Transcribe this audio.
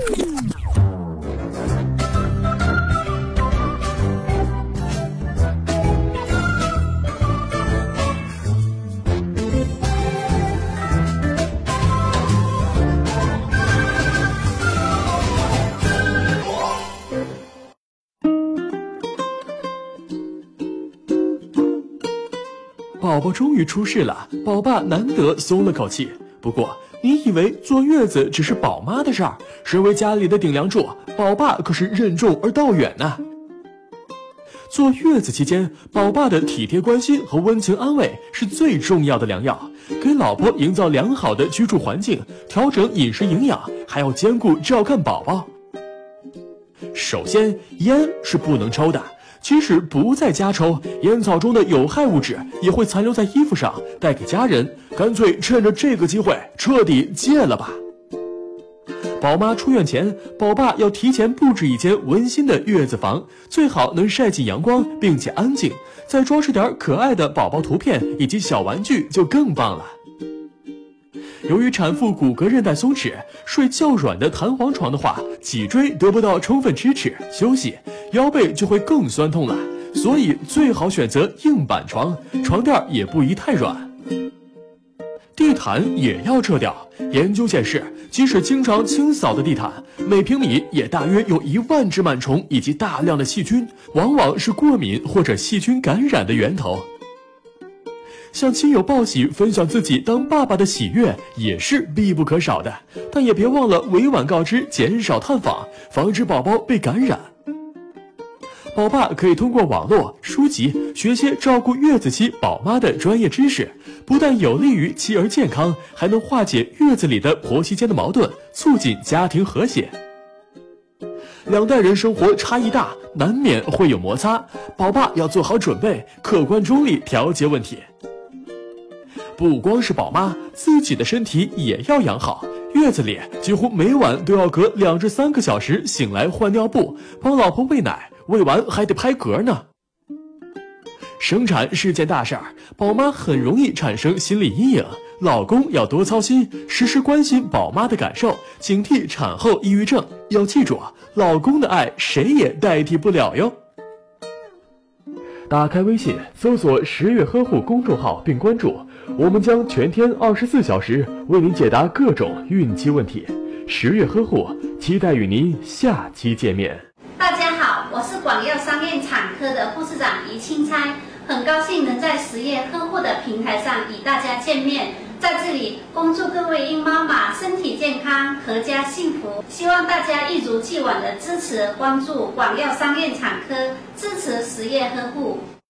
宝宝终于出世了，宝爸难得松了口气。不过，你以为坐月子只是宝妈的事儿？身为家里的顶梁柱，宝爸可是任重而道远呢。坐月子期间，宝爸的体贴关心和温情安慰是最重要的良药。给老婆营造良好的居住环境，调整饮食营养，还要兼顾照看宝宝。首先，烟是不能抽的。即使不在家抽，烟草中的有害物质也会残留在衣服上，带给家人。干脆趁着这个机会彻底戒了吧。宝妈出院前，宝爸要提前布置一间温馨的月子房，最好能晒进阳光，并且安静，再装饰点可爱的宝宝图片以及小玩具就更棒了。由于产妇骨骼韧带松弛，睡较软的弹簧床的话，脊椎得不到充分支持休息，腰背就会更酸痛了，所以最好选择硬板床，床垫也不宜太软。地毯也要撤掉。研究显示，即使经常清扫的地毯，每平米也大约有10000只螨虫以及大量的细菌，往往是过敏或者细菌感染的源头。向亲友报喜，分享自己当爸爸的喜悦也是必不可少的，但也别忘了委婉告知，减少探访，防止宝宝被感染。宝爸可以通过网络、书籍学些照顾月子期宝妈的专业知识，不但有利于妻儿健康，还能化解月子里的婆媳间的矛盾，促进家庭和谐。两代人生活差异大，难免会有摩擦，宝爸要做好准备，客观中立调节问题。不光是宝妈，自己的身体也要养好。月子里几乎每晚都要隔2至3个小时醒来换尿布，帮老婆喂奶，喂完还得拍嗝呢。生产是件大事儿，宝妈很容易产生心理阴影，老公要多操心，时时关心宝妈的感受，警惕产后抑郁症。要记住，老公的爱谁也代替不了哟。打开微信，搜索10月呵护公众号并关注，我们将全天24小时为您解答各种孕期问题。10月呵护，期待与您下期见面。 大家好，我是广药商院产科的护士长于钦差，很高兴能在10月呵护的平台上与大家见面。在这里恭祝各位孕妈妈身体健康，阖家幸福。希望大家一如既往的支持关注广药商院产科，支持10月呵护。